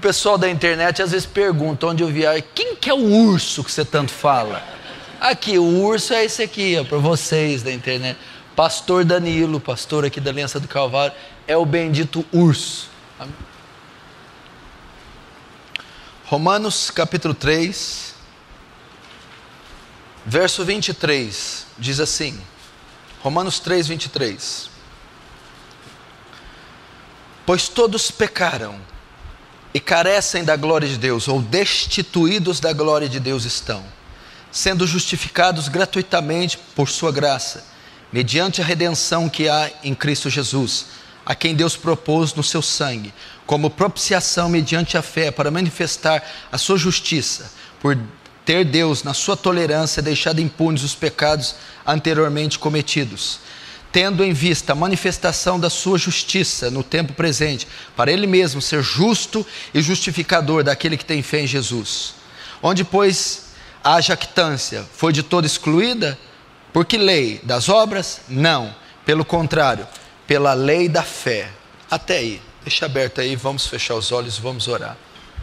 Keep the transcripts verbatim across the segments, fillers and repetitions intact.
pessoal da internet às vezes pergunta onde eu viajo, quem que é o urso que você tanto fala? Aqui, o urso é esse aqui, para vocês da internet. Pastor Danilo, pastor aqui da Aliança do Calvário, é o bendito urso. Amém? Romanos capítulo três, verso vinte e três, diz assim, Romanos três, vinte e três. Pois todos pecaram e carecem da glória de Deus, ou destituídos da glória de Deus estão, sendo justificados gratuitamente por sua graça, mediante a redenção que há em Cristo Jesus, a quem Deus propôs no seu sangue, como propiciação mediante a fé, para manifestar a sua justiça, por ter Deus, na sua tolerância, deixado impunes os pecados anteriormente cometidos, tendo em vista a manifestação da sua justiça no tempo presente, para ele mesmo ser justo e justificador daquele que tem fé em Jesus. Onde, pois, a jactância foi de toda excluída? Por que lei? Das obras? Não. Pelo contrário, pela lei da fé. Até aí. Deixa aberto aí, vamos fechar os olhos, vamos orar.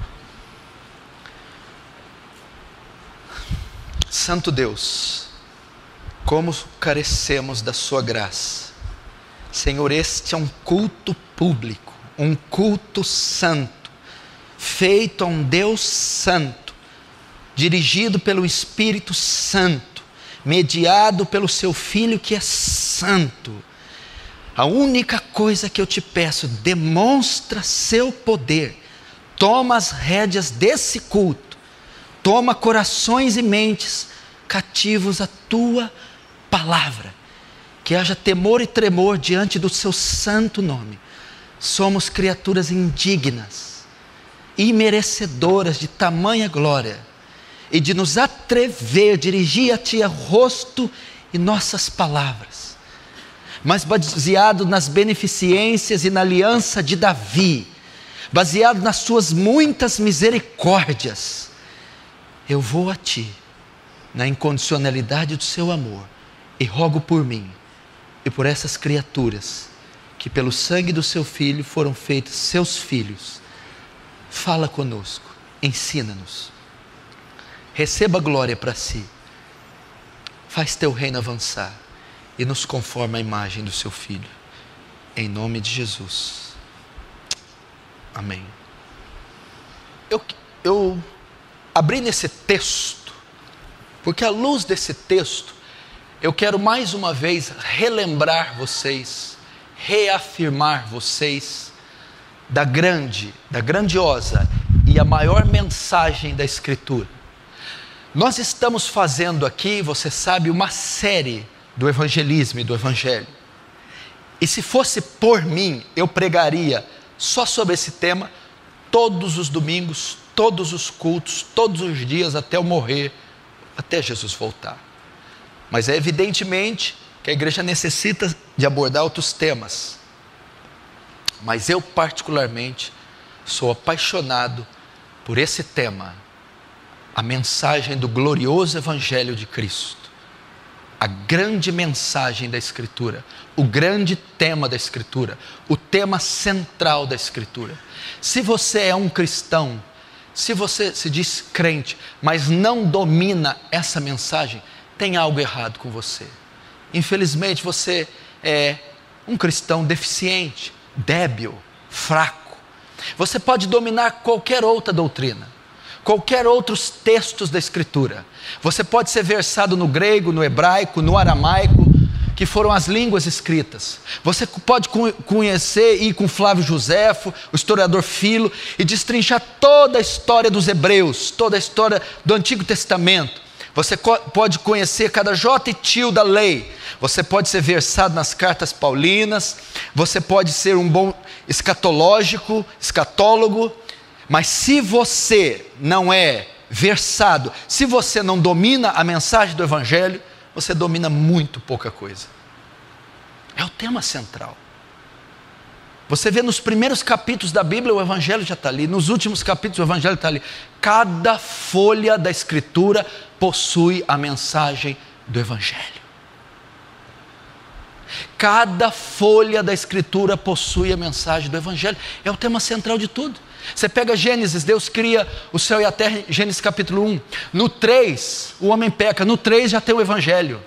Santo Deus, como carecemos da sua graça. Senhor, este é um culto público, um culto santo, feito a um Deus santo, dirigido pelo Espírito Santo, mediado pelo seu Filho que é santo. A única coisa que eu te peço, demonstra seu poder, toma as rédeas desse culto, toma corações e mentes cativos à tua palavra, que haja temor e tremor diante do seu santo nome. Somos criaturas indignas, imerecedoras de tamanha glória, e de nos atrever, dirigir a ti o rosto e nossas palavras, mas baseado nas beneficências e na aliança de Davi, baseado nas suas muitas misericórdias, eu vou a ti, na incondicionalidade do seu amor, e rogo por mim e por essas criaturas que pelo sangue do seu Filho foram feitos seus filhos. Fala conosco, ensina-nos, receba glória para si, faz teu reino avançar e nos conforma à imagem do seu Filho, em nome de Jesus, amém. Eu, eu abri nesse texto porque à luz desse texto eu quero mais uma vez relembrar vocês, reafirmar vocês da grande, da grandiosa e a maior mensagem da Escritura. Nós estamos fazendo aqui, você sabe, uma série do evangelismo e do evangelho. E se fosse por mim, eu pregaria só sobre esse tema todos os domingos, todos os cultos, todos os dias até eu morrer, até Jesus voltar. Mas é evidentemente que a igreja necessita de abordar outros temas. Mas eu particularmente sou apaixonado por esse tema, a mensagem do glorioso Evangelho de Cristo, a grande mensagem da Escritura, o grande tema da Escritura, o tema central da Escritura. Se você é um cristão, se você se diz crente, mas não domina essa mensagem, tem algo errado com você. Infelizmente você é um cristão deficiente, débil, fraco. Você pode dominar qualquer outra doutrina, qualquer outros textos da Escritura. Você pode ser versado no grego, no hebraico, no aramaico, que foram as línguas escritas. Você pode conhecer, ir com Flávio Joséfo, o historiador Filo, e destrinchar toda a história dos hebreus, toda a história do Antigo Testamento. Você pode conhecer cada jota e tio da lei. Você pode ser versado nas cartas paulinas. Você pode ser um bom escatológico, escatólogo. Mas se você não é versado, se você não domina a mensagem do Evangelho, você domina muito pouca coisa. É o tema central. Você vê nos primeiros capítulos da Bíblia, o Evangelho já está ali. Nos últimos capítulos, o Evangelho está ali. Cada folha da Escritura possui a mensagem do Evangelho. Cada folha da Escritura possui a mensagem do Evangelho. É o tema central de tudo. Você pega Gênesis, Deus cria o céu e a terra, Gênesis capítulo um. No três, o homem peca. No três já tem o evangelho.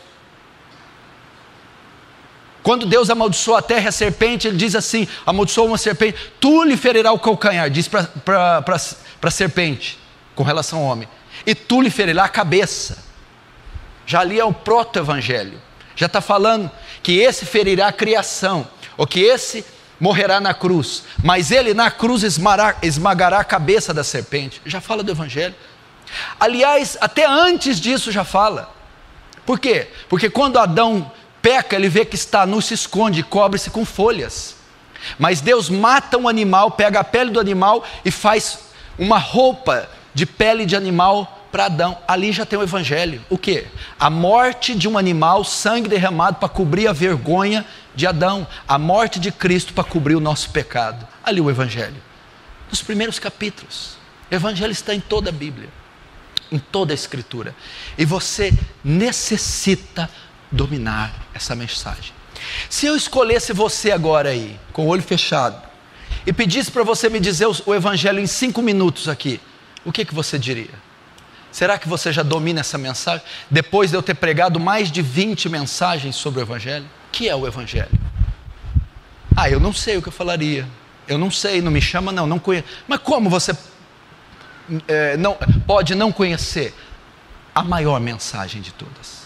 Quando Deus amaldiçoa a terra e a serpente, Ele diz assim, amaldiçoa uma serpente, tu lhe ferirá o calcanhar, diz para a serpente, com relação ao homem, e tu lhe ferirá a cabeça. Já ali é o proto-evangelho. Já está falando que esse ferirá a criação, ou que esse morrerá na cruz, mas ele na cruz esmagará, esmagará a cabeça da serpente. Já fala do evangelho. Aliás, até antes disso já fala. Por quê? Porque quando Adão peca, ele vê que está nu, se esconde, cobre-se com folhas. Mas Deus mata um animal, pega a pele do animal e faz uma roupa de pele de animal para Adão. Ali já tem o evangelho. O quê? A morte de um animal, sangue derramado para cobrir a vergonha de Adão. A morte de Cristo para cobrir o nosso pecado. Ali o evangelho. Nos primeiros capítulos. O evangelho está em toda a Bíblia, em toda a Escritura. E você necessita dominar essa mensagem. Se eu escolhesse você agora aí, com o olho fechado, e pedisse para você me dizer o, o evangelho em cinco minutos aqui, o que, que você diria? Será que você já domina essa mensagem? Depois de eu ter pregado mais de vinte mensagens sobre o evangelho? O que é o evangelho? Ah, eu não sei o que eu falaria. Eu não sei, não me chama não, não conheço. Mas como você é, não, pode não conhecer a maior mensagem de todas?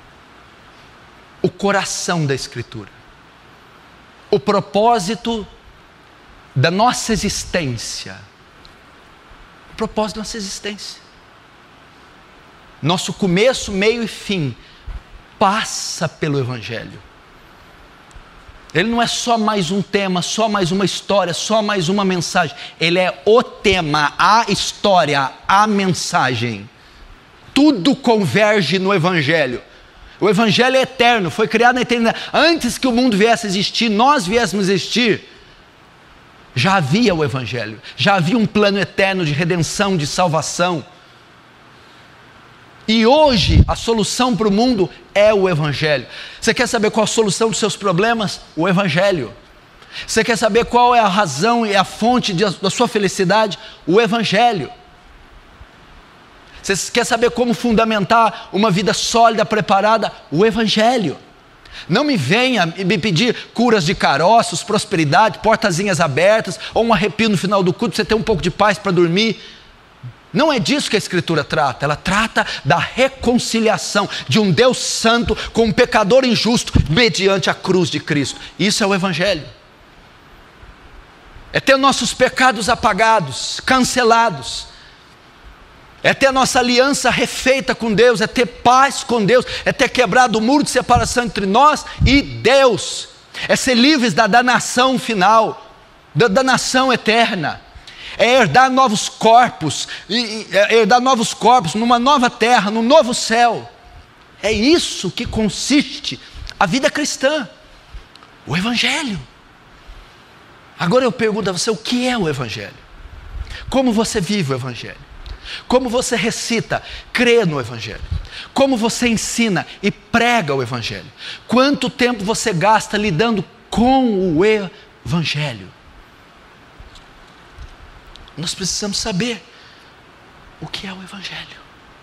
O coração da Escritura, o propósito da nossa existência, o propósito da nossa existência, nosso começo, meio e fim, passa pelo evangelho. Ele não é só mais um tema, só mais uma história, só mais uma mensagem, ele é o tema, a história, a mensagem, tudo converge no evangelho. O evangelho é eterno, foi criado na eternidade. Antes que o mundo viesse a existir, nós viéssemos a existir, já havia o evangelho, já havia um plano eterno de redenção, de salvação. E hoje a solução para o mundo é o evangelho. Você quer saber qual a solução dos seus problemas? O evangelho. Você quer saber qual é a razão e a fonte de, da sua felicidade? O evangelho. Você quer saber como fundamentar uma vida sólida, preparada? O evangelho. Não me venha me pedir curas de caroços, prosperidade, portazinhas abertas, ou um arrepio no final do culto, para você ter um pouco de paz para dormir. Não é disso que a Escritura trata. Ela trata da reconciliação de um Deus santo com um pecador injusto, mediante a cruz de Cristo. Isso é o evangelho. É ter nossos pecados apagados, cancelados. É ter a nossa aliança refeita com Deus, é ter paz com Deus, é ter quebrado o muro de separação entre nós e Deus, é ser livres da danação final, da danação eterna, é herdar novos corpos, é herdar novos corpos numa nova terra, num novo céu. É isso que consiste a vida cristã, o evangelho. Agora eu pergunto a você, o que é o evangelho? Como você vive o evangelho? Como você recita, crê no evangelho? Como você ensina e prega o evangelho? Quanto tempo você gasta lidando com o evangelho? Nós precisamos saber o que é o evangelho.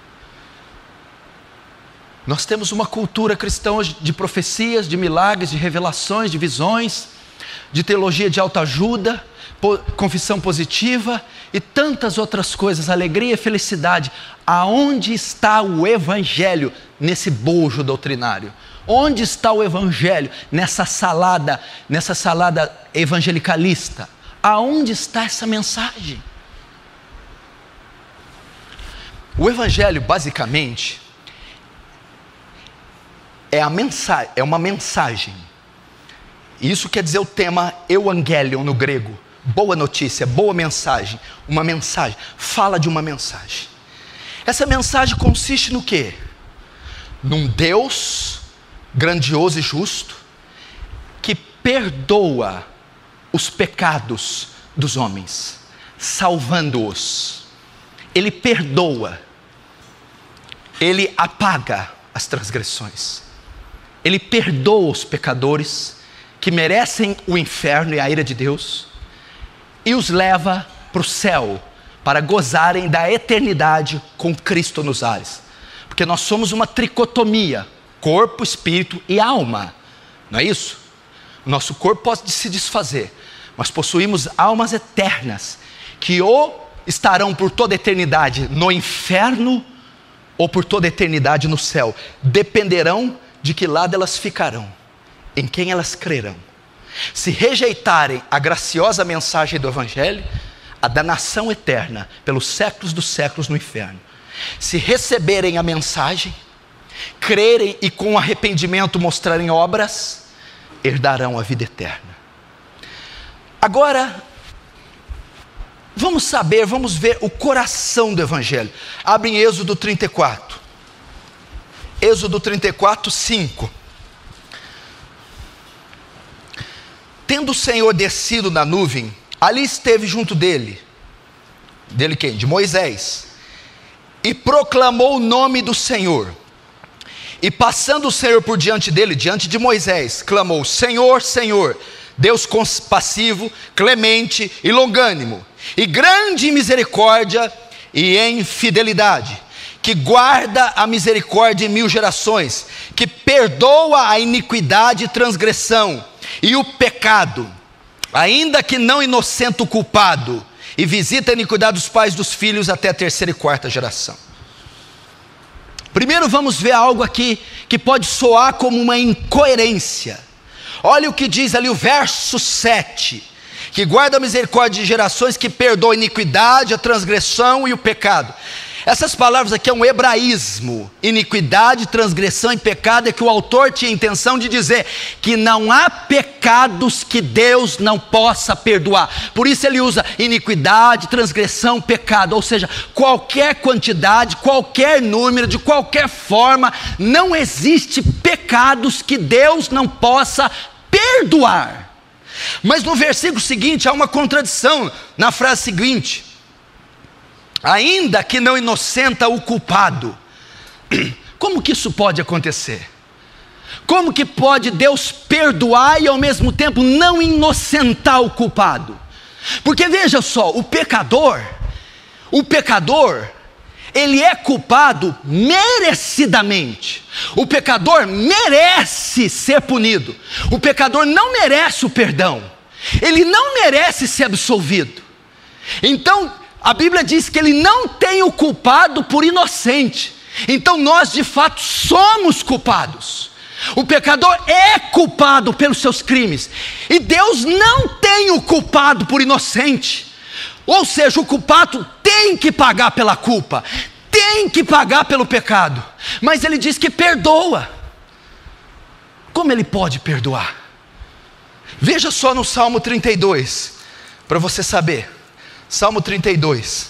Nós temos uma cultura cristã hoje de profecias, de milagres, de revelações, de visões, de teologia de autoajuda, confissão positiva e tantas outras coisas, alegria e felicidade. Aonde está o evangelho nesse bojo doutrinário? Onde está o evangelho nessa salada, nessa salada evangelicalista? Aonde está essa mensagem? O evangelho, basicamente, é, a mensa- é uma mensagem. Isso quer dizer o tema euangelion no grego. Boa notícia, boa mensagem. Uma mensagem, fala de uma mensagem. Essa mensagem consiste no quê? Num Deus grandioso e justo, que perdoa os pecados dos homens, salvando-os. Ele perdoa, Ele apaga as transgressões, Ele perdoa os pecadores que merecem o inferno e a ira de Deus, e os leva para o céu, para gozarem da eternidade com Cristo nos ares. Porque nós somos uma tricotomia, corpo, espírito e alma, não é isso? O nosso corpo pode se desfazer, mas possuímos almas eternas, que ou estarão por toda a eternidade no inferno, ou por toda a eternidade no céu. Dependerão de que lado elas ficarão, em quem elas crerão. Se rejeitarem a graciosa mensagem do Evangelho, a danação eterna pelos séculos dos séculos no inferno. Se receberem a mensagem, crerem e com arrependimento mostrarem obras, herdarão a vida eterna. Agora, vamos saber, vamos ver o coração do Evangelho. Abre em Êxodo trinta e quatro. Êxodo trinta e quatro, cinco. Tendo o Senhor descido na nuvem, ali esteve junto dele. Dele quem? De Moisés. E proclamou o nome do Senhor. E passando o Senhor por diante dele, diante de Moisés, clamou: Senhor, Senhor, Deus compassivo, clemente e longânimo, e grande em misericórdia e em fidelidade, que guarda a misericórdia em mil gerações, que perdoa a iniquidade e transgressão e o pecado, ainda que não inocente o culpado, e visita a iniquidade dos pais dos filhos até a terceira e quarta geração. Primeiro vamos ver algo aqui que pode soar como uma incoerência. Olha o que diz ali o verso sete, que guarda a misericórdia de gerações, que perdoa a iniquidade, a transgressão e o pecado. Essas palavras aqui é um hebraísmo. Iniquidade, transgressão e pecado é que o autor tinha a intenção de dizer que não há pecados que Deus não possa perdoar. Por isso ele usa iniquidade, transgressão, pecado. Ou seja, qualquer quantidade, qualquer número, de qualquer forma, não existe pecados que Deus não possa perdoar. Mas no versículo seguinte há uma contradição na frase seguinte: ainda que não inocenta o culpado. Como que isso pode acontecer? Como que pode Deus perdoar e ao mesmo tempo não inocentar o culpado? Porque veja só, o pecador, o pecador, ele é culpado merecidamente. O pecador merece ser punido. O pecador não merece o perdão. Ele não merece ser absolvido. Então, a Bíblia diz que ele não tem o culpado por inocente. Então nós de fato somos culpados. O pecador é culpado pelos seus crimes, e Deus não tem o culpado por inocente. Ou seja, o culpado tem que pagar pela culpa, tem que pagar pelo pecado. Mas ele diz que perdoa. Como ele pode perdoar? Veja só no Salmo trinta e dois, para você saber. Salmo trinta e dois.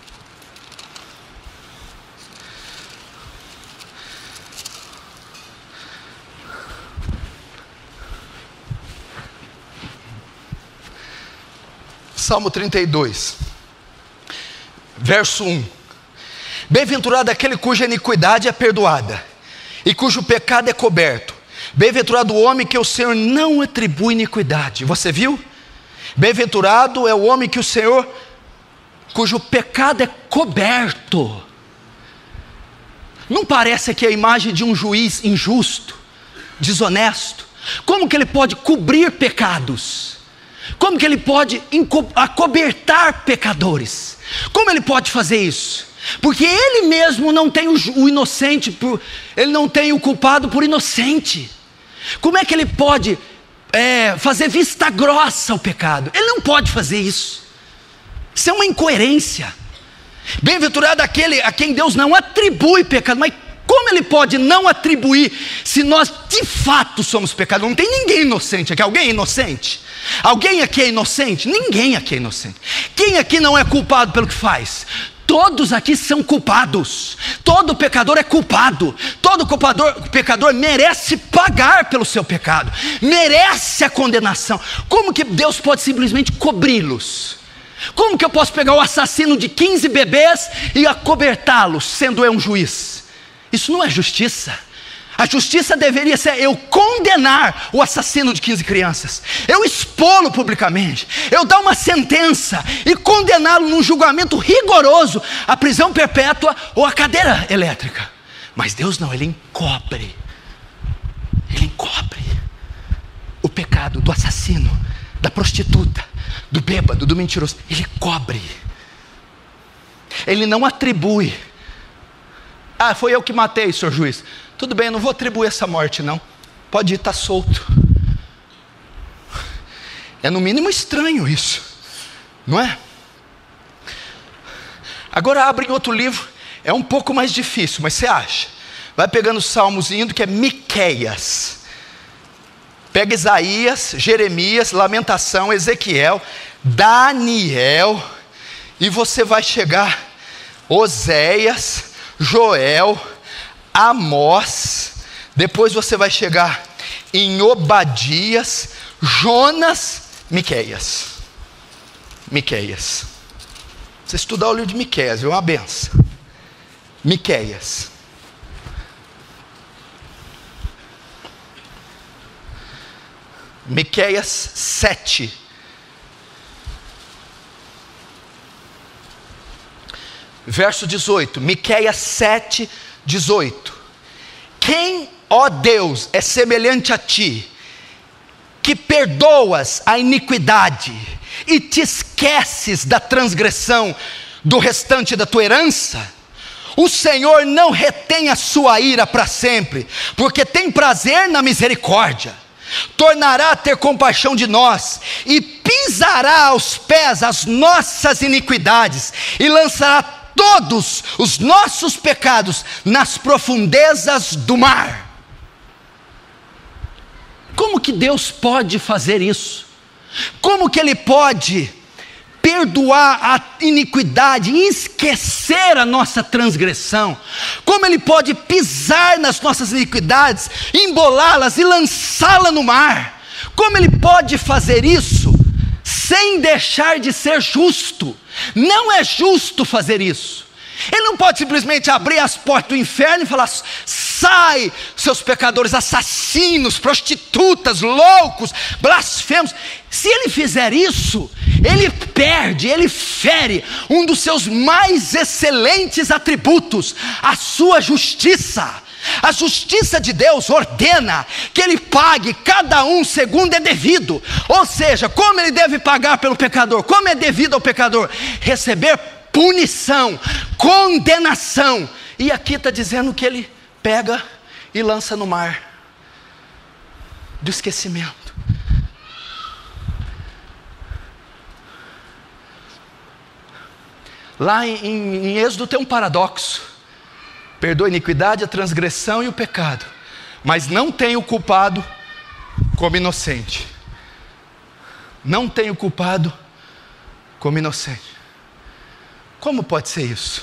Salmo trinta e dois, verso um. Bem-aventurado aquele cuja iniquidade é perdoada e cujo pecado é coberto. Bem-aventurado o homem que o Senhor não atribui iniquidade. Você viu? Bem-aventurado é o homem que o Senhor, cujo pecado é coberto. Não parece aqui a imagem de um juiz injusto, desonesto? Como que ele pode cobrir pecados? Como que ele pode acobertar pecadores? Como ele pode fazer isso? Porque ele mesmo não tem o inocente, por, ele não tem o culpado por inocente. Como é que ele pode É, fazer vista grossa ao pecado? Ele não pode fazer isso. Isso é uma incoerência. Bem-aventurado aquele a quem Deus não atribui pecado. Mas como ele pode não atribuir, se nós de fato somos pecadores? Não tem ninguém inocente aqui. Alguém é inocente? Alguém aqui é inocente? Ninguém aqui é inocente. Quem aqui não é culpado pelo que faz? Todos aqui são culpados. Todo pecador é culpado. Todo culpador, pecador merece pagar pelo seu pecado, merece a condenação. Como que Deus pode simplesmente cobri-los? Como que eu posso pegar o assassino de quinze bebês e acobertá-los, sendo eu um juiz? Isso não é justiça. A justiça deveria ser eu condenar o assassino de quinze crianças, eu expô-lo publicamente, eu dar uma sentença e condená-lo num julgamento rigoroso à prisão perpétua ou à cadeira elétrica. Mas Deus não, Ele encobre, Ele encobre o pecado do assassino, da prostituta, do bêbado, do mentiroso. Ele cobre, Ele não atribui. Ah, foi eu que matei, senhor juiz. Tudo bem, eu não vou atribuir essa morte não, pode ir, está solto. É no mínimo estranho isso, não é? Agora abre em outro livro, é um pouco mais difícil, mas você acha? Vai pegando os salmos indo, que é Miqueias. Pega Isaías, Jeremias, Lamentação, Ezequiel, Daniel, e você vai chegar Oséias, Joel, Amós, depois você vai chegar em Obadias, Jonas, Miqueias. Miqueias. Você estudar o livro de Miqueias, é uma benção. Miqueias. Miqueias sete. Verso dezoito. Miqueias sete, dezoito. Quem, ó Deus, é semelhante a ti, que perdoas a iniquidade e te esqueces da transgressão do restante da tua herança? O Senhor não retém a sua ira para sempre, porque tem prazer na misericórdia. Tornará a ter compaixão de nós, e pisará aos pés as nossas iniquidades, e lançará todos os nossos pecados nas profundezas do mar. Como que Deus pode fazer isso? Como que Ele pode perdoar a iniquidade, esquecer a nossa transgressão? Como Ele pode pisar nas nossas iniquidades, embolá-las e lançá-las no mar? Como Ele pode fazer isso sem deixar de ser justo? Não é justo fazer isso. Ele não pode simplesmente abrir as portas do inferno e falar: sai, seus pecadores, assassinos, prostitutas, loucos, blasfemos. Se Ele fizer isso, Ele perde, Ele fere um dos seus mais excelentes atributos, a sua justiça. A justiça de Deus ordena que Ele pague cada um segundo é devido. Ou seja, como Ele deve pagar pelo pecador? Como é devido ao pecador? Receber punição, condenação. E aqui está dizendo que Ele pega e lança no mar do esquecimento. Lá em, em, em Êxodo tem um paradoxo: perdoa a iniquidade, a transgressão e o pecado, mas não tem o culpado como inocente. Não tem o culpado como inocente. Como pode ser isso?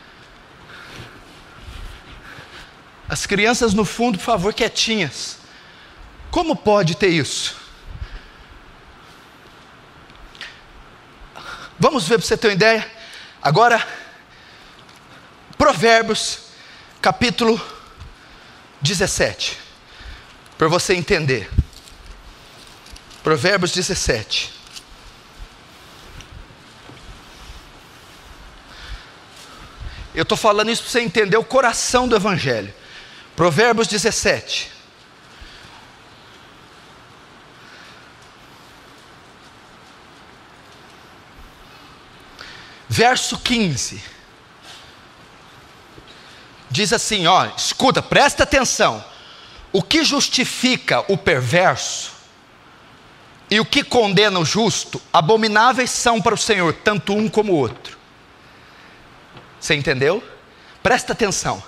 As crianças no fundo, por favor, quietinhas. Como pode ter isso? Vamos ver para você ter uma ideia. Agora, Provérbios capítulo dezessete, para você entender. Provérbios dezessete. Eu estou falando isso para você entender o coração do Evangelho. Provérbios dezessete. Verso quinze. Diz assim, ó, escuta, presta atenção. O que justifica o perverso e o que condena o justo, abomináveis são para o Senhor, tanto um como o outro. Você entendeu? Presta atenção.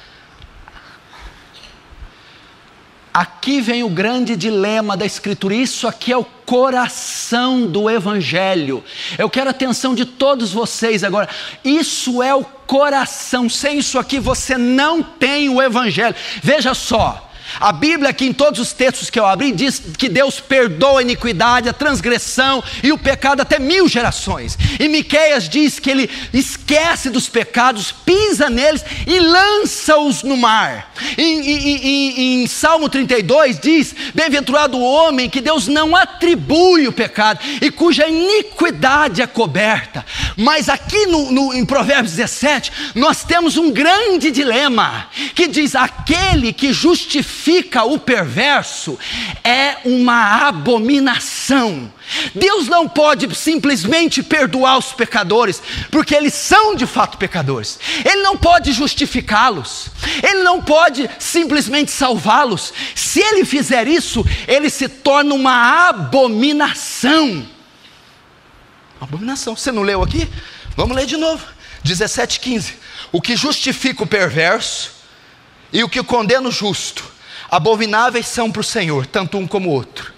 Aqui vem o grande dilema da Escritura. Isso aqui é o coração do Evangelho. Eu quero a atenção de todos vocês agora. Isso é o coração. Sem isso aqui você não tem o Evangelho. Veja só, A Bíblia aqui em todos os textos que eu abri diz que Deus perdoa a iniquidade, a transgressão e o pecado até mil gerações. E Miqueias diz que ele esquece dos pecados, pisa neles e lança-os no mar. Em, em, em, em Salmo trinta e dois diz: bem-aventurado o homem que Deus não atribui o pecado e cuja iniquidade é coberta. Mas aqui no, no, em Provérbios dezessete nós temos um grande dilema, que diz: aquele que justifica o perverso é uma abominação. Deus não pode simplesmente perdoar os pecadores, porque eles são de fato pecadores. Ele não pode justificá-los, ele não pode simplesmente salvá-los. Se ele fizer isso, ele se torna uma abominação. Abominação. Você não leu aqui? Vamos ler de novo. dezessete, quinze. O que justifica o perverso e o que condena o justo, abomináveis são para o Senhor, tanto um como o outro.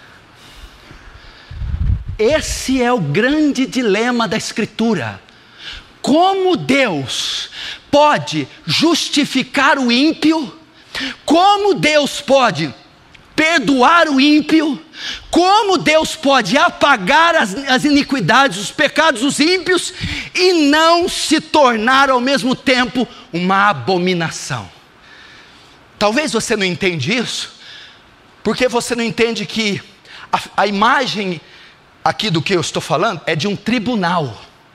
Esse é o grande dilema da Escritura. Como Deus pode justificar o ímpio? Como Deus pode perdoar o ímpio? Como Deus pode apagar as, as iniquidades, os pecados dos ímpios e não se tornar ao mesmo tempo uma abominação? Talvez você não entenda isso, porque você não entende que a, a imagem aqui do que eu estou falando é de um tribunal.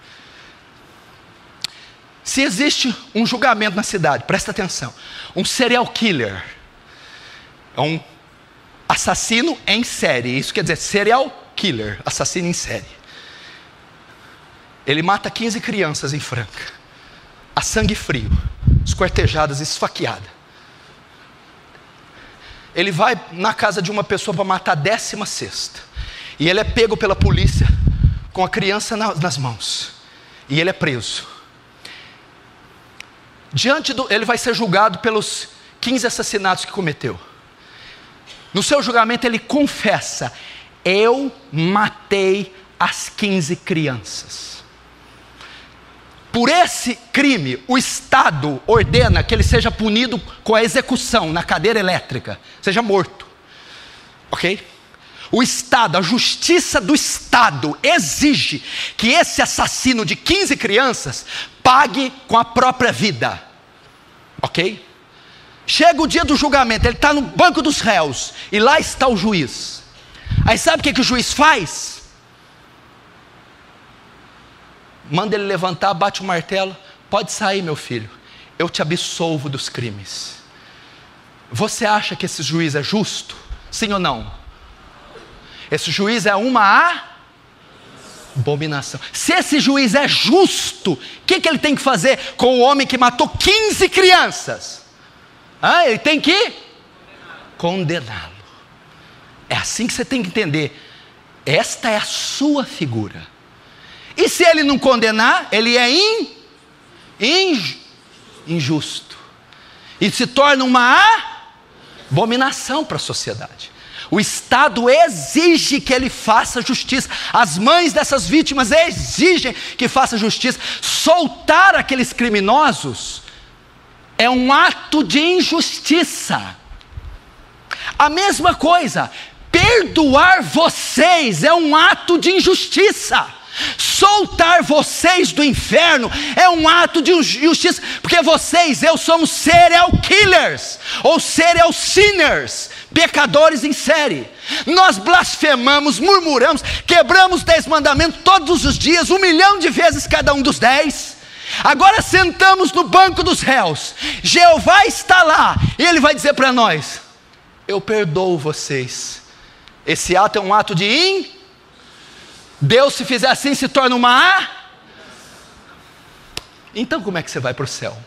Se existe um julgamento na cidade, presta atenção, um serial killer, é um assassino em série, isso quer dizer serial killer, assassino em série. Ele mata quinze crianças em Franca, a sangue frio, esquartejadas, esfaqueadas. Ele vai na casa de uma pessoa para matar a décima sexta, e ele é pego pela polícia com a criança na, nas mãos, e ele é preso. Diante do, ele vai ser julgado pelos quinze assassinatos que cometeu. No seu julgamento ele confessa: eu matei as quinze crianças. Por esse crime, o Estado ordena que ele seja punido com a execução na cadeira elétrica, seja morto. Ok? O Estado, a justiça do Estado exige que esse assassino de quinze crianças pague com a própria vida. Ok? Chega o dia do julgamento, ele está no banco dos réus, e lá está o juiz. Aí sabe o que, que o juiz faz? Manda ele levantar, bate o martelo: pode sair, meu filho, eu te absolvo dos crimes. Você acha que esse juiz é justo? Sim ou não? Esse juiz é uma abominação. Se esse juiz é justo, o que, que ele tem que fazer com o homem que matou quinze crianças? Ah, ele tem que condená-lo. É assim que você tem que entender. Esta é a sua figura. E se ele não condenar, ele é in, in, injusto. E se torna uma abominação para a sociedade. O Estado exige que ele faça justiça. As mães dessas vítimas exigem que faça justiça. Soltar aqueles criminosos é um ato de injustiça. A mesma coisa, perdoar vocês é um ato de injustiça. Soltar vocês do inferno é um ato de justiça, porque vocês, eu somos serial killers, ou serial sinners, pecadores em série. Nós blasfemamos, murmuramos, quebramos dez mandamentos todos os dias, um milhão de vezes cada um dos dez. Agora sentamos no banco dos réus, Jeová está lá, e Ele vai dizer para nós: eu perdoo vocês. Esse ato é um ato de in. Deus, se fizer assim, se torna uma A. Então como é que você vai para o céu?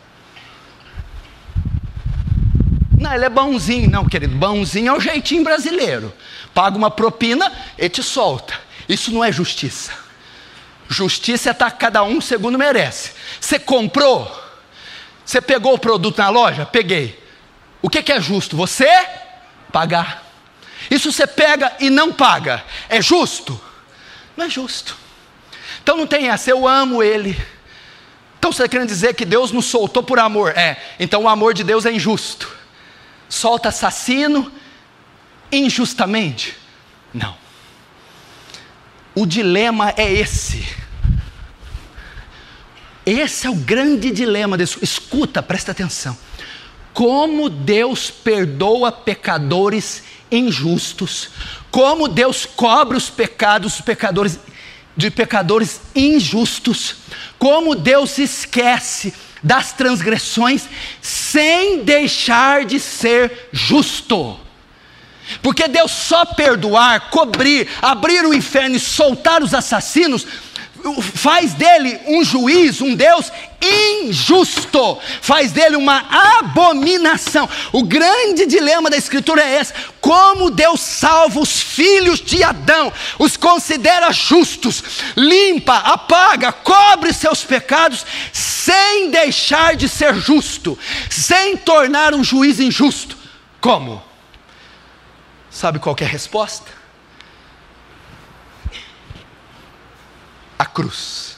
Não, ele é bonzinho. Não, querido, bonzinho é o jeitinho brasileiro. Paga uma propina e te solta. Isso não é justiça. Justiça é estar cada um segundo merece. Você comprou? Você pegou o produto na loja? Peguei. O que, que é justo? Você pagar. E se você pega e não paga, é justo? Não é justo. Então não tem essa, eu amo ele. Então você está querendo dizer que Deus nos soltou por amor? É, então o amor de Deus é injusto. solta assassino injustamente. Não. O dilema é esse. Esse é o grande dilema disso. Escuta, presta atenção. Como Deus perdoa pecadores injustos, como Deus cobre os pecados dos pecadores, de pecadores injustos, como Deus esquece das transgressões sem deixar de ser justo. Porque Deus só perdoar, cobrir, abrir o inferno e soltar os assassinos faz dele um juiz, um Deus injusto, faz dele uma abominação. O grande dilema da Escritura é esse: como Deus salva os filhos de Adão, os considera justos, limpa, apaga, cobre seus pecados, sem deixar de ser justo, sem tornar um juiz injusto. Como? Sabe qual que é a resposta? A cruz.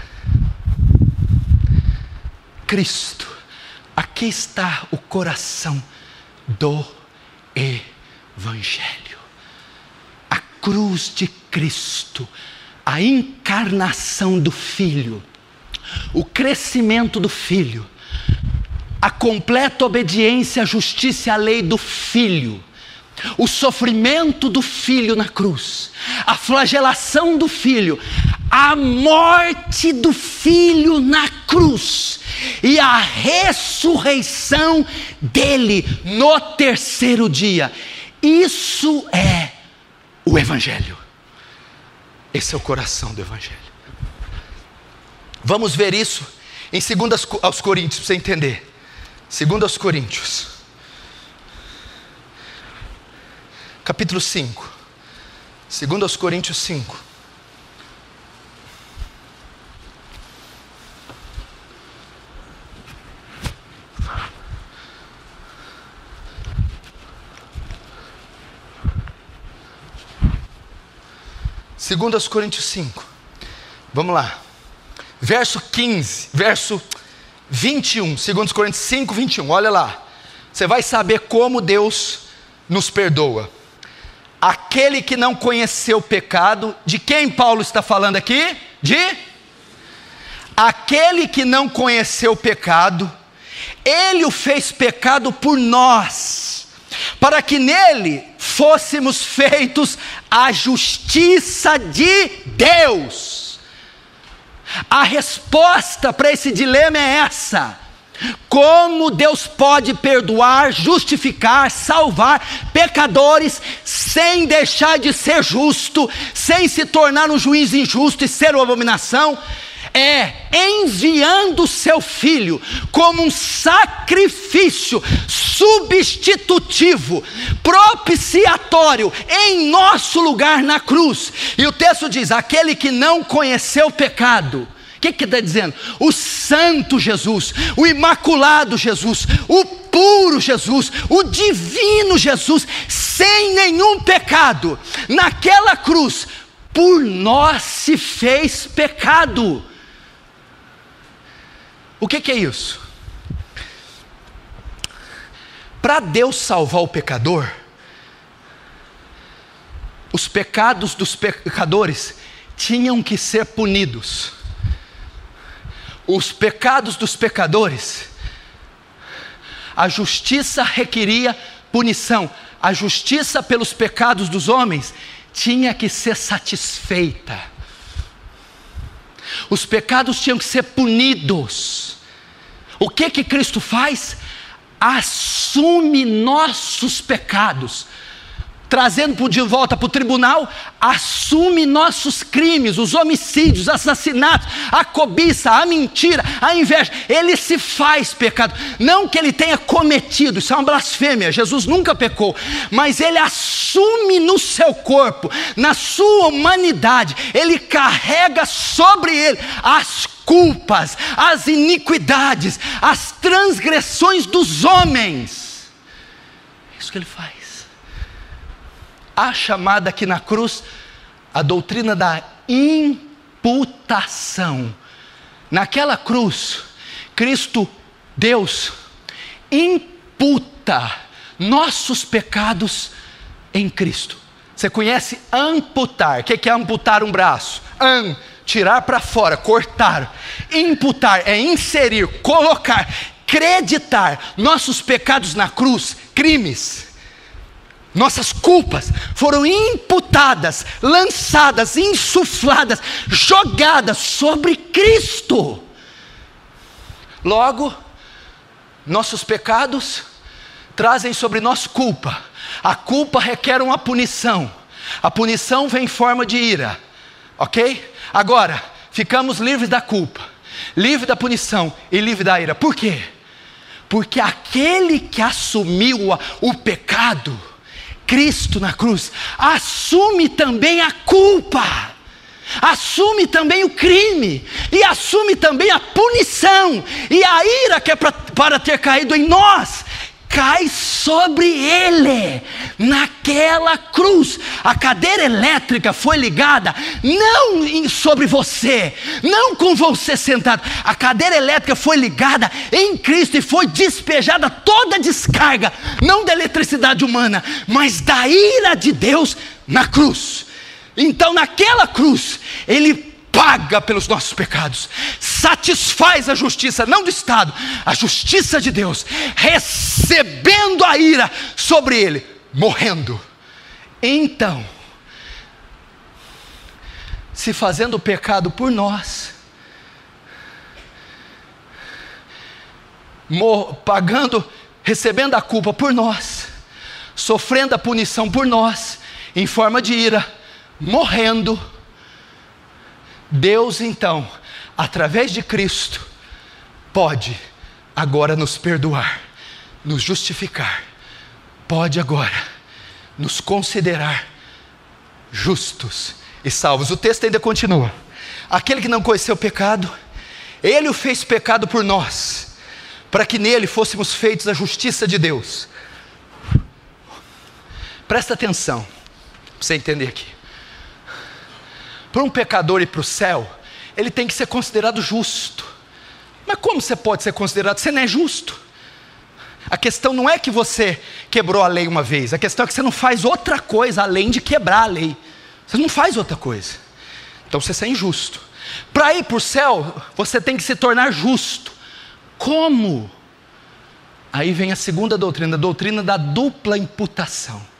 Cristo. Aqui está o coração do Evangelho. A cruz de Cristo, a encarnação do Filho, o crescimento do Filho, a completa obediência à justiça e à lei do Filho, o sofrimento do Filho na cruz, a flagelação do Filho, a morte do Filho na cruz e a ressurreição dele no terceiro dia. Isso é o Evangelho. Esse é o coração do Evangelho. Vamos ver isso em dois aos Coríntios, para você entender. dois aos Coríntios, capítulo cinco. dois aos Coríntios cinco. dois aos Coríntios cinco. Vamos lá. Verso quinze, verso vinte e um. dois Coríntios cinco, vinte e um. Olha lá. Você vai saber como Deus nos perdoa. Aquele que não conheceu o pecado, de quem Paulo está falando aqui? De? Aquele que não conheceu o pecado, ele o fez pecado por nós, para que nele fôssemos feitos a justiça de Deus. A resposta para esse dilema é essa: como Deus pode perdoar, justificar, salvar pecadores sem deixar de ser justo, sem se tornar um juiz injusto e ser uma abominação? É enviando o seu Filho como um sacrifício substitutivo, propiciatório, em nosso lugar na cruz. E o texto diz: aquele que não conheceu o pecado. O que que está dizendo? O santo Jesus, o imaculado Jesus, o puro Jesus, o divino Jesus, sem nenhum pecado, naquela cruz, por nós se fez pecado. O que que é isso? Para Deus salvar o pecador, os pecados dos pecadores tinham que ser punidos. Os pecados dos pecadores, a justiça requeria punição. A justiça pelos pecados dos homens tinha que ser satisfeita. Os pecados tinham que ser punidos. O que que Cristo faz? Assume nossos pecados, trazendo de volta para o tribunal, assume nossos crimes, os homicídios, assassinatos, a cobiça, a mentira, a inveja. Ele se faz pecado, não que ele tenha cometido, isso é uma blasfêmia, Jesus nunca pecou, mas ele assume no seu corpo, na sua humanidade, ele carrega sobre ele as culpas, as iniquidades, as transgressões dos homens. É isso que ele faz. A chamada aqui na cruz, a doutrina da imputação. Naquela cruz, Cristo, Deus, imputa nossos pecados em Cristo. Você conhece amputar? O que é amputar um braço? Am, tirar para fora, cortar. Imputar é inserir, colocar, acreditar. Nossos pecados na cruz, crimes, nossas culpas foram imputadas, lançadas, insufladas, jogadas sobre Cristo. Logo, nossos pecados trazem sobre nós culpa. A culpa requer uma punição. A punição vem em forma de ira. Ok? Agora, ficamos livres da culpa, livres da punição e livres da ira. Por quê? Porque aquele que assumiu o pecado, Cristo na cruz, assume também a culpa, assume também o crime, e assume também a punição, e a ira que é pra, para ter caído em nós, cai sobre ele, naquela cruz. A cadeira elétrica foi ligada, não sobre você, não com você sentado, a cadeira elétrica foi ligada em Cristo, e foi despejada toda a descarga, não da eletricidade humana, mas da ira de Deus na cruz. Então naquela cruz, Ele paga pelos nossos pecados, satisfaz a justiça, não do Estado, a justiça de Deus, recebendo a ira sobre Ele, morrendo. Então, se fazendo o pecado por nós, pagando, recebendo a culpa por nós, sofrendo a punição por nós, em forma de ira, morrendo, Deus então, através de Cristo, pode agora nos perdoar, nos justificar, pode agora nos considerar justos e salvos. O texto ainda continua: aquele que não conheceu o pecado, Ele o fez pecado por nós, para que nele fôssemos feitos a justiça de Deus. Presta atenção, para você entender aqui. Para um pecador ir para o céu, ele tem que ser considerado justo. Mas como você pode ser considerado? Você não é justo. A questão não é que você quebrou a lei uma vez, a questão é que você não faz outra coisa além de quebrar a lei. Você não faz outra coisa. Então você é injusto. Para ir para o céu, você tem que se tornar justo. Como? Aí vem a segunda doutrina, a doutrina da dupla imputação.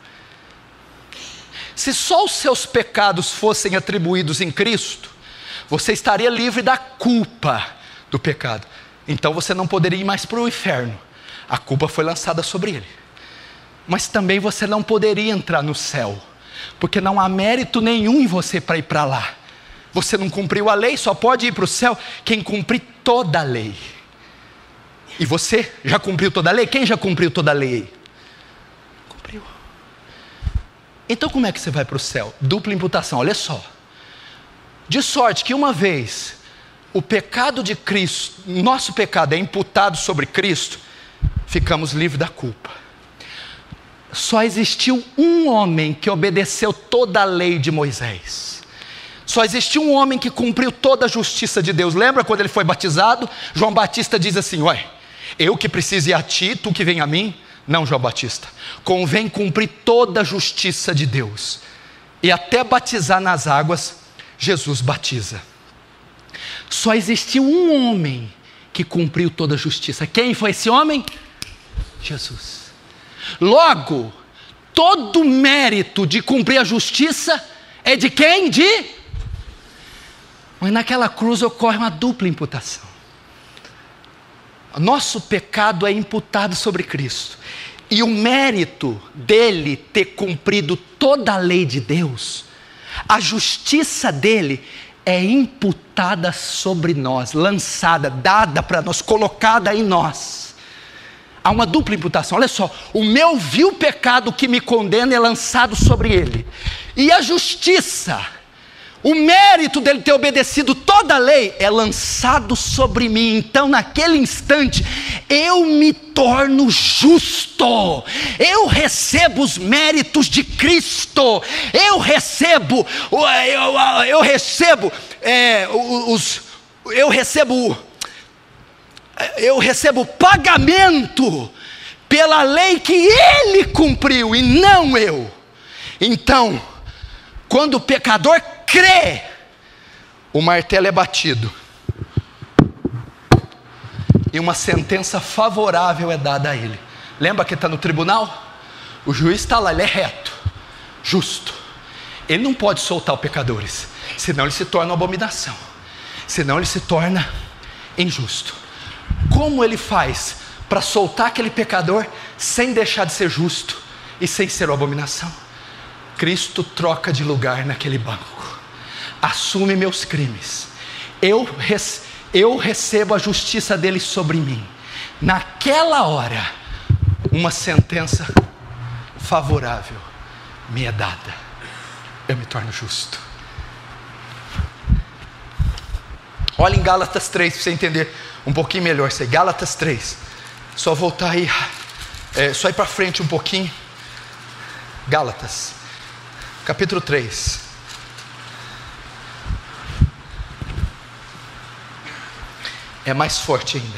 Se só os seus pecados fossem atribuídos em Cristo, você estaria livre da culpa do pecado. Então você não poderia ir mais para o inferno. A culpa foi lançada sobre ele. Mas também você não poderia entrar no céu, porque não há mérito nenhum em você para ir para lá. Você não cumpriu a lei, só pode ir para o céu quem cumprir toda a lei. E você já cumpriu toda a lei? Quem já cumpriu toda a lei? Cumpriu. Então como é que você vai para o céu? Dupla imputação, olha só. De sorte que uma vez o pecado de Cristo, nosso pecado é imputado sobre Cristo, ficamos livres da culpa. Só existiu um homem que obedeceu toda a lei de Moisés. Só existiu um homem que cumpriu toda a justiça de Deus. Lembra quando ele foi batizado? João Batista diz assim: ué, eu que preciso ir a ti, tu que vem a mim? Não, João Batista, convém cumprir toda a justiça de Deus. E até batizar nas águas, Jesus batiza. Só existiu um homem que cumpriu toda a justiça. Quem foi esse homem? Jesus. Logo, todo mérito de cumprir a justiça é de quem? De? Mas naquela cruz ocorre uma dupla imputação. Nosso pecado é imputado sobre Cristo, e o mérito dele ter cumprido toda a lei de Deus, a justiça dele é imputada sobre nós, lançada, dada para nós, colocada em nós. Há uma dupla imputação. Olha só, o meu vil pecado que me condena é lançado sobre ele, e a justiça, o mérito dele ter obedecido toda a lei é lançado sobre mim. Então naquele instante eu me torno justo, eu recebo os méritos de Cristo, eu recebo, eu, eu recebo é, os, eu recebo, eu recebo pagamento pela lei que ele cumpriu e não eu. Então, quando o pecador crê, o martelo é batido e uma sentença favorável é dada a ele. Lembra que está no tribunal? O juiz está lá, ele é reto, justo. Ele não pode soltar os pecadores, senão ele se torna uma abominação, senão ele se torna injusto. Como ele faz para soltar aquele pecador sem deixar de ser justo e sem ser uma abominação? Cristo troca de lugar naquele banco, assume meus crimes, eu, rece- eu recebo a justiça dele sobre mim. Naquela hora, uma sentença favorável me é dada, eu me torno justo. Olha em Gálatas três para você entender um pouquinho melhor isso aí. Gálatas três, só voltar aí, é, só ir para frente um pouquinho. Gálatas capítulo três. É mais forte ainda.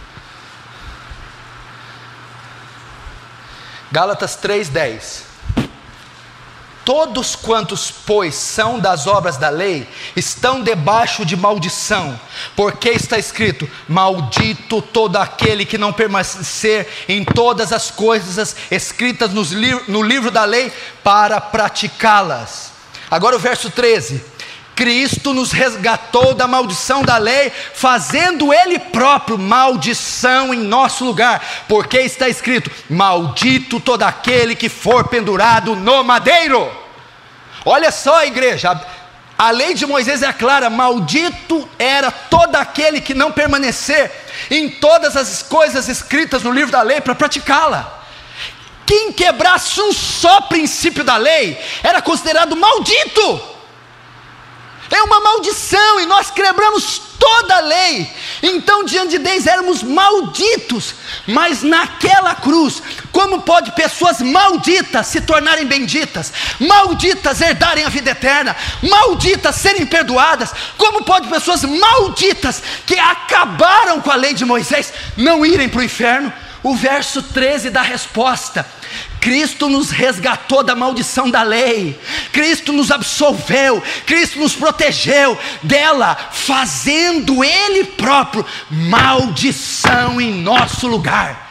Gálatas três, dez. Todos quantos, pois, são das obras da lei, estão debaixo de maldição, porque está escrito: maldito todo aquele que não permanecer em todas as coisas escritas nos li- no livro da lei para praticá-las. Agora o verso treze. Cristo nos resgatou da maldição da lei, fazendo Ele próprio maldição em nosso lugar, porque está escrito: maldito todo aquele que for pendurado no madeiro. Olha só, igreja, a lei de Moisés é clara: maldito era todo aquele que não permanecer em todas as coisas escritas no livro da lei para praticá-la. Quem quebrasse um só princípio da lei era considerado maldito. É uma maldição, e nós quebramos toda a lei. Então diante de Deus éramos malditos. Mas naquela cruz, como pode pessoas malditas se tornarem benditas, malditas herdarem a vida eterna, malditas serem perdoadas? Como pode pessoas malditas que acabaram com a lei de Moisés não irem para o inferno? O verso treze dá a resposta: Cristo nos resgatou da maldição da lei, Cristo nos absolveu, Cristo nos protegeu dela, fazendo Ele próprio maldição em nosso lugar.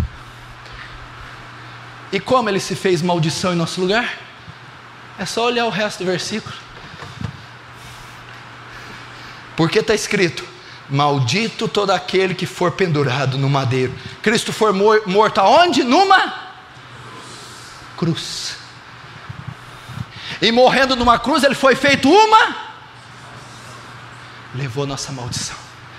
E como Ele se fez maldição em nosso lugar? É só olhar o resto do versículo, porque está escrito: maldito todo aquele que for pendurado no madeiro. Cristo foi morto aonde? Numa cruz. E morrendo numa cruz, Ele foi feito uma, levou nossa maldição.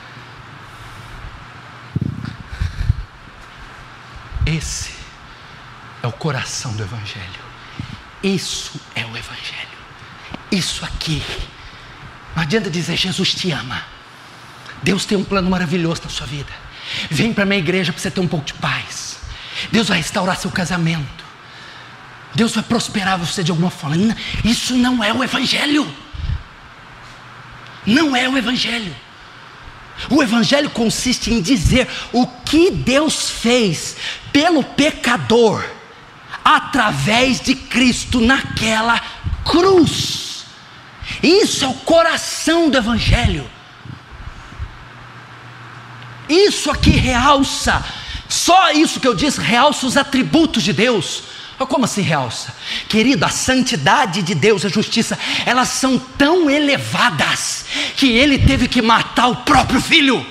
Esse é o coração do Evangelho. Isso é o Evangelho. Isso aqui. Não adianta dizer: Jesus te ama. Deus tem um plano maravilhoso na sua vida. Vem para a minha igreja para você ter um pouco de paz. Deus vai restaurar seu casamento. Deus vai prosperar você de alguma forma. Isso não é o Evangelho. Não é o Evangelho. O Evangelho consiste em dizer o que Deus fez pelo pecador através de Cristo naquela cruz. Isso é o coração do Evangelho. Isso aqui realça, só isso que eu disse, realça os atributos de Deus. Como assim realça? Querido, a santidade de Deus, a justiça, elas são tão elevadas que Ele teve que matar o próprio Filho.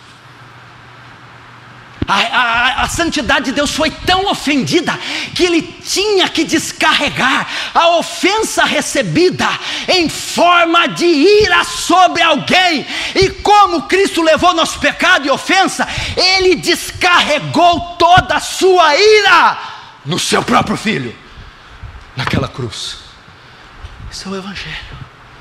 A, a, a santidade de Deus foi tão ofendida que Ele tinha que descarregar a ofensa recebida em forma de ira sobre alguém. E como Cristo levou nosso pecado e ofensa, Ele descarregou toda a sua ira no seu próprio Filho, naquela cruz. Isso é o Evangelho.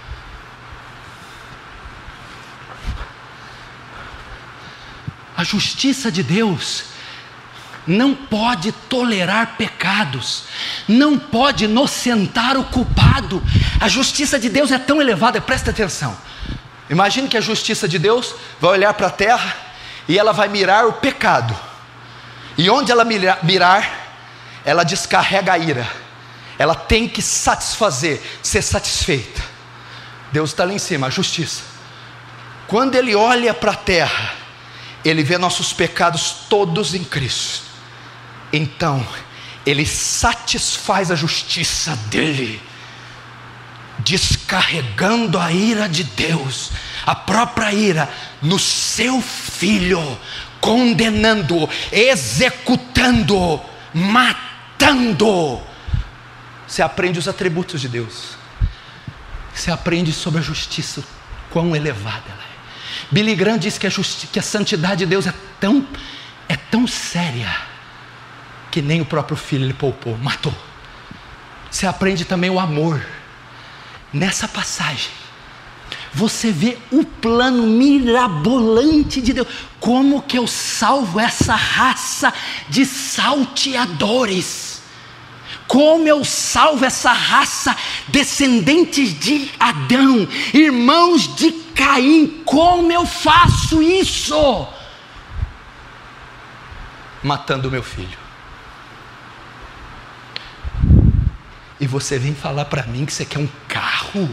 A justiça de Deus não pode tolerar pecados, não pode inocentar o culpado. A justiça de Deus é tão elevada, presta atenção. Imagine que a justiça de Deus vai olhar para a terra e ela vai mirar o pecado. E onde ela mirar, ela descarrega a ira. Ela tem que satisfazer, ser satisfeita. Deus está lá em cima, a justiça. Quando Ele olha para a terra, Ele vê nossos pecados todos em Cristo. Então Ele satisfaz a justiça dEle, descarregando a ira de Deus, a própria ira, no seu Filho, condenando, executando, matando. Você aprende os atributos de Deus. Você aprende sobre a justiça, quão elevada ela é. Billy Graham diz que a, justi- que a santidade de Deus é tão, é tão séria, que nem o próprio Filho Ele poupou, matou. Você aprende também o amor. Nessa passagem, você vê o plano mirabolante de Deus. Como que eu salvo essa raça de salteadores? Como eu salvo essa raça, descendentes de Adão, irmãos de Caim? Como eu faço isso? Matando o meu filho. E você vem falar para mim que você quer um carro?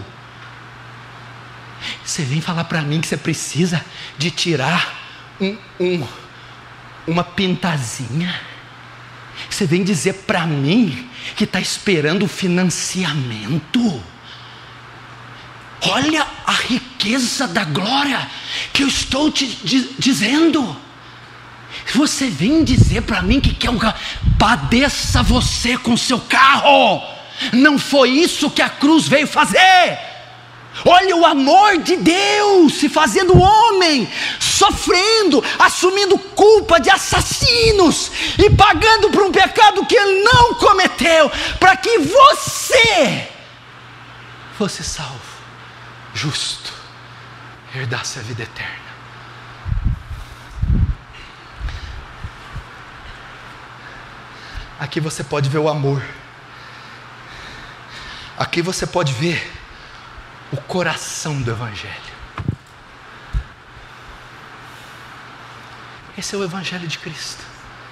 Você vem falar para mim que você precisa de tirar um, um, uma pintazinha? Você vem dizer para mim que está esperando o financiamento? Olha a riqueza da glória que eu estou te di- dizendo. Você vem dizer para mim que quer um carro? Padeça você com seu carro. Não foi isso que a cruz veio fazer. Olha o amor de Deus se fazendo homem, sofrendo, assumindo culpa de assassinos e pagando por um pecado que Ele não cometeu, para que você fosse salvo, justo, herdasse a vida eterna. Aqui você pode ver o amor. Aqui você pode ver o coração do Evangelho. Esse é o Evangelho de Cristo.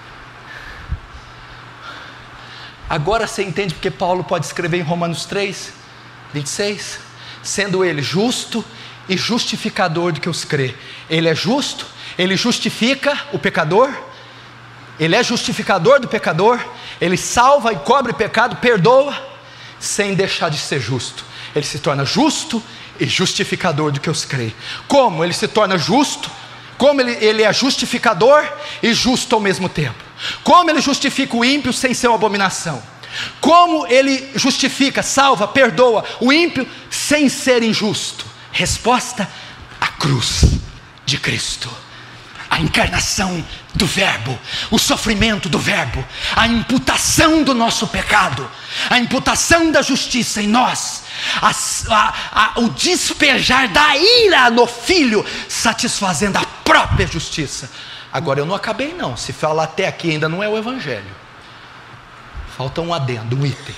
Agora você entende porque Paulo pode escrever em Romanos três, vinte e seis, sendo Ele justo e justificador do que os crê. Ele é justo, Ele justifica o pecador, Ele é justificador do pecador, Ele salva e cobre pecado, perdoa, sem deixar de ser justo. Ele se torna justo e justificador do que os crê. Como ele se torna justo? Como ele, ele é justificador e justo ao mesmo tempo? Como ele justifica o ímpio sem ser uma abominação? Como ele justifica, salva, perdoa o ímpio sem ser injusto? Resposta: a cruz de Cristo. A encarnação do Verbo, o sofrimento do Verbo, a imputação do nosso pecado, a imputação da justiça em nós, a, a, a, o despejar da ira no Filho, satisfazendo a própria justiça. Agora eu não acabei não, se falar até aqui ainda não é o Evangelho. Falta um adendo, um item: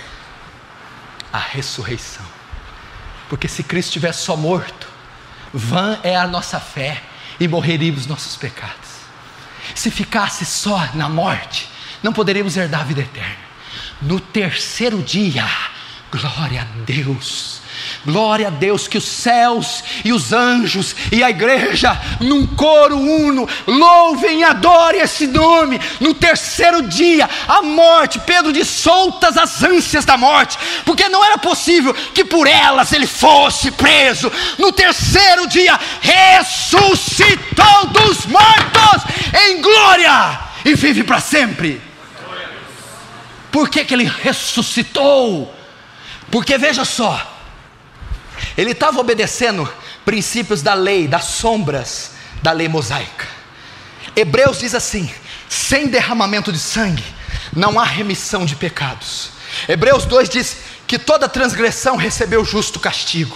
a ressurreição. Porque se Cristo estivesse só morto, vã é a nossa fé e morreríamos nossos pecados. Se ficasse só na morte, não poderíamos herdar a vida eterna. No terceiro dia, glória a Deus, glória a Deus, que os céus e os anjos e a igreja, num coro uno, louvem e adorem esse nome. No terceiro dia, a morte, Pedro diz, soltas as ânsias da morte, porque não era possível que por elas ele fosse preso. No terceiro dia, ressuscitou dos mortos em glória e vive para sempre. Por que que ele ressuscitou? Porque veja só, ele estava obedecendo princípios da lei, das sombras da lei mosaica. Hebreus diz assim: sem derramamento de sangue não há remissão de pecados. Hebreus dois diz que toda transgressão recebeu justo castigo.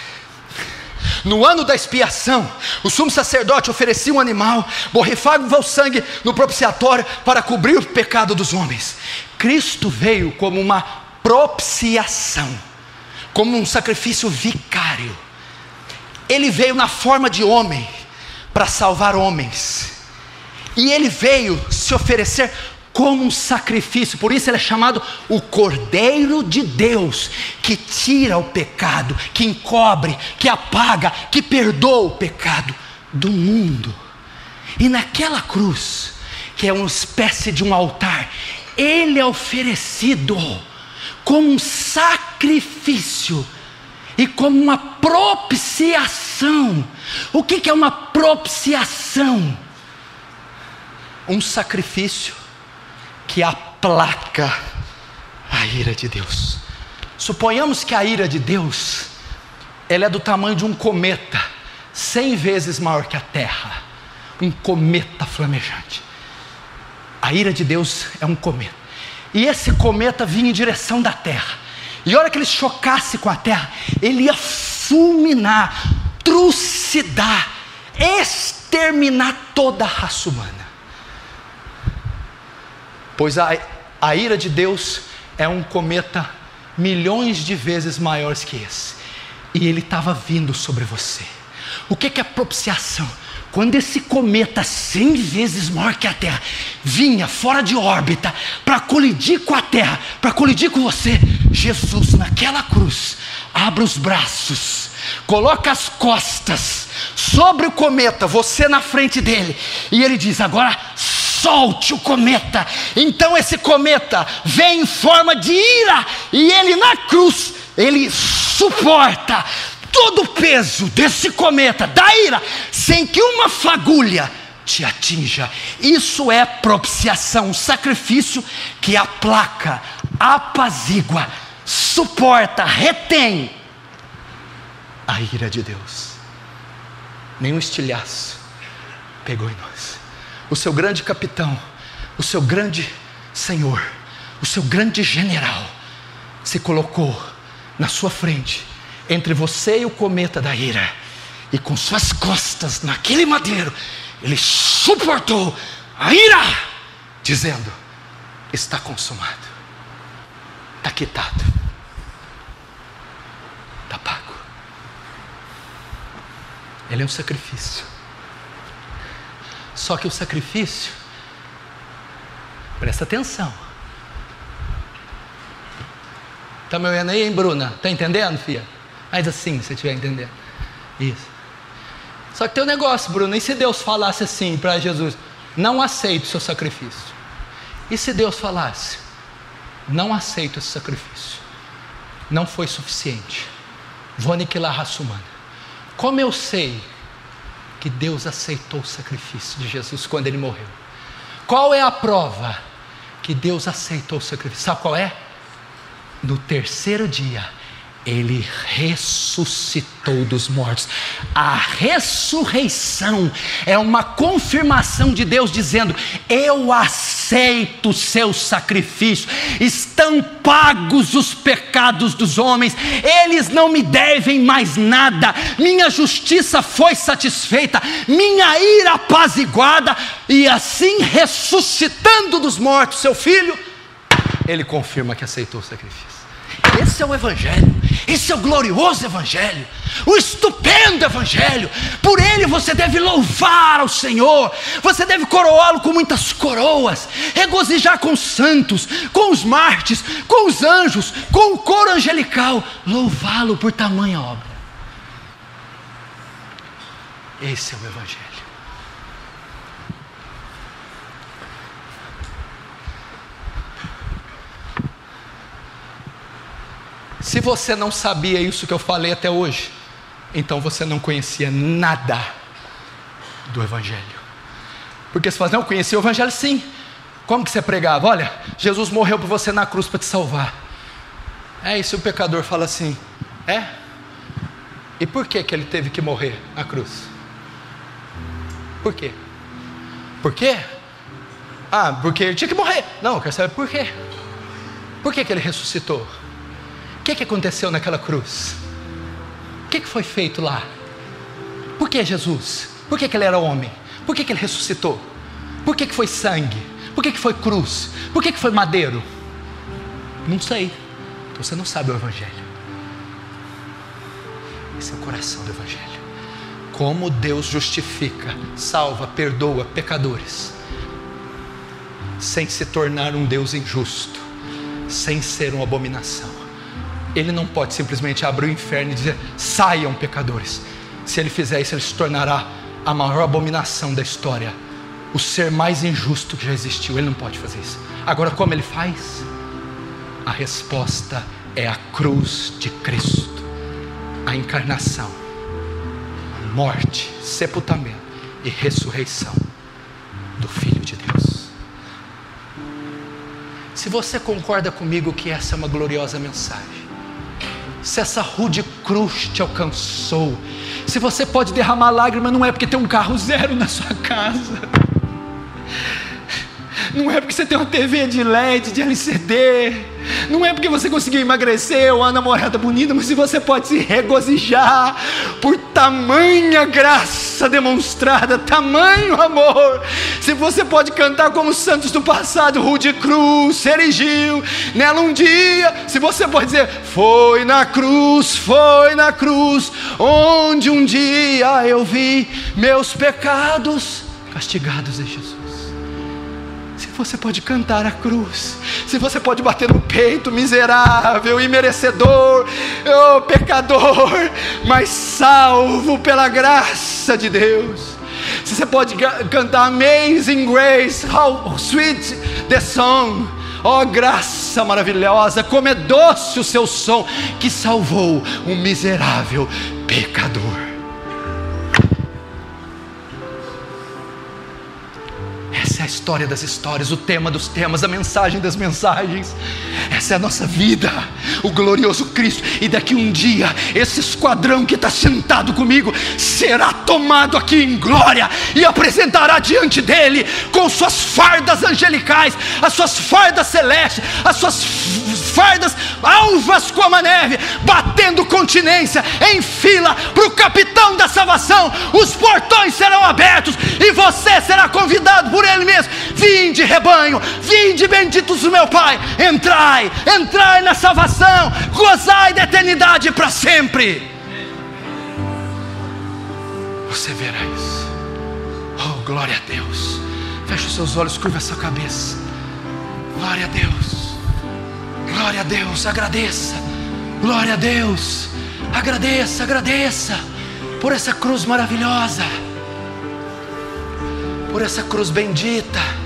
No ano da expiação, o sumo sacerdote oferecia um animal, borrifava o sangue no propiciatório para cobrir o pecado dos homens. Cristo veio como uma propiciação, como um sacrifício vicário. Ele veio na forma de homem para salvar homens, e ele veio se oferecer como um sacrifício. Por isso ele é chamado o Cordeiro de Deus, que tira o pecado, que encobre, que apaga, que perdoa o pecado do mundo. E naquela cruz, que é uma espécie de um altar, ele é oferecido como um sacrifício e como uma propiciação. O que é uma propiciação? Um sacrifício que aplaca a ira de Deus. Suponhamos que a ira de Deus, ela é do tamanho de um cometa, cem vezes maior que a terra. Um cometa flamejante. A ira de Deus é um cometa. E esse cometa vinha em direção da terra. E a hora que ele chocasse com a terra, ele ia fulminar, trucidar, exterminar toda a raça humana. Pois a, a ira de Deus é um cometa milhões de vezes maior que esse. E ele estava vindo sobre você. O que, que é propiciação? Quando esse cometa cem vezes maior que a Terra vinha fora de órbita para colidir com a Terra, para colidir com você, Jesus naquela cruz abre os braços, coloca as costas sobre o cometa, você na frente dele, e ele diz: agora solte o cometa. Então esse cometa vem em forma de ira, e ele na cruz, ele suporta todo o peso desse cometa, da ira, sem que uma fagulha te atinja. Isso é propiciação, um sacrifício que aplaca, apazigua, suporta, retém a ira de Deus. Nenhum estilhaço pegou em nós. O seu grande capitão, o seu grande senhor, o seu grande general se colocou na sua frente, entre você e o cometa da ira, e com suas costas naquele madeiro, ele suportou a ira, dizendo: está consumado, está quitado, está pago. Ele é um sacrifício. Só que o sacrifício, presta atenção. Está me ouvindo aí, hein, Bruna? Está entendendo, filha? Mas assim, se você estiver entendendo. Isso. Só que tem um negócio, Bruno. E se Deus falasse assim para Jesus: não aceito o seu sacrifício? E se Deus falasse: não aceito esse sacrifício, não foi suficiente, vou aniquilar a raça humana? Como eu sei que Deus aceitou o sacrifício de Jesus quando ele morreu? Qual é a prova que Deus aceitou o sacrifício? Sabe qual é? No terceiro dia ele ressuscitou dos mortos. A ressurreição é uma confirmação de Deus dizendo: eu aceito o seu sacrifício, estão pagos os pecados dos homens, eles não me devem mais nada, minha justiça foi satisfeita, minha ira apaziguada. E assim, ressuscitando dos mortos seu filho, ele confirma que aceitou o sacrifício. Esse é o Evangelho, esse é o glorioso Evangelho, o estupendo Evangelho. Por ele você deve louvar ao Senhor, você deve coroá-lo com muitas coroas, regozijar com os santos, com os mártires, com os anjos, com o coro angelical, louvá-lo por tamanha obra. Esse é o Evangelho. Se você não sabia isso que eu falei até hoje, então você não conhecia nada do Evangelho. Porque você fala: não, eu conhecia o Evangelho sim. Como que você pregava? Olha, Jesus morreu por você na cruz para te salvar. É, e se o pecador fala assim: é? E por que que ele teve que morrer na cruz? Por quê? Por quê? Ah, porque ele tinha que morrer. Não, eu quero saber por quê. Por que que ele ressuscitou? O que, que aconteceu naquela cruz? O que, que foi feito lá? Por que Jesus? Por que, que ele era homem? Por que, que ele ressuscitou? Por que, que foi sangue? Por que, que foi cruz? Por que, que foi madeiro? Não sei. Então você não sabe o Evangelho. Esse é o coração do Evangelho. Como Deus justifica, salva, perdoa pecadores. sem se tornar um Deus injusto, sem ser uma abominação. Ele não pode simplesmente abrir o inferno e dizer: saiam pecadores. Se ele fizer isso, ele se tornará a maior abominação da história, o ser mais injusto que já existiu. Ele não pode fazer isso. Agora, como ele faz? A resposta é a cruz de Cristo, a encarnação, morte, sepultamento e ressurreição do Filho de Deus. Se você concorda comigo que essa é uma gloriosa mensagem, se essa rude cruz te alcançou, se você pode derramar lágrima, não é porque tem um carro zero na sua casa, não é porque você tem uma T V de L E D, de L C D, não é porque você conseguiu emagrecer ou uma namorada bonita, mas se você pode se regozijar por tamanha graça demonstrada, tamanho amor, se você pode cantar como os santos do passado, rude cruz se erigiu nela um dia, se você pode dizer: foi na cruz, foi na cruz, onde um dia eu vi meus pecados castigados em Jesus. Se você pode cantar a cruz, se você pode bater no peito, miserável, imerecedor, oh, pecador, mas salvo pela graça de Deus. Se você pode cantar Amazing Grace, how sweet the song, oh graça maravilhosa, como é doce o seu som, que salvou um miserável pecador. Essa é a história das histórias, o tema dos temas, a mensagem das mensagens. Essa é a nossa vida, o glorioso Cristo. E daqui um dia, esse esquadrão que está sentado comigo será tomado aqui em glória e apresentará diante dele com suas fardas angelicais, as suas fardas celestes, as suas fardas alvas como a neve, batendo continência em fila para o capitão da salvação. Os portões serão abertos e você será convidado por ele mesmo: vinde rebanho, vinde benditos do meu Pai, entrai, entrai na salvação, gozai da eternidade para sempre. Você verá isso. Oh, glória a Deus. Feche os seus olhos, curva a sua cabeça. Glória a Deus, glória a Deus, agradeça. Glória a Deus, agradeça, agradeça por essa cruz maravilhosa, por essa cruz bendita.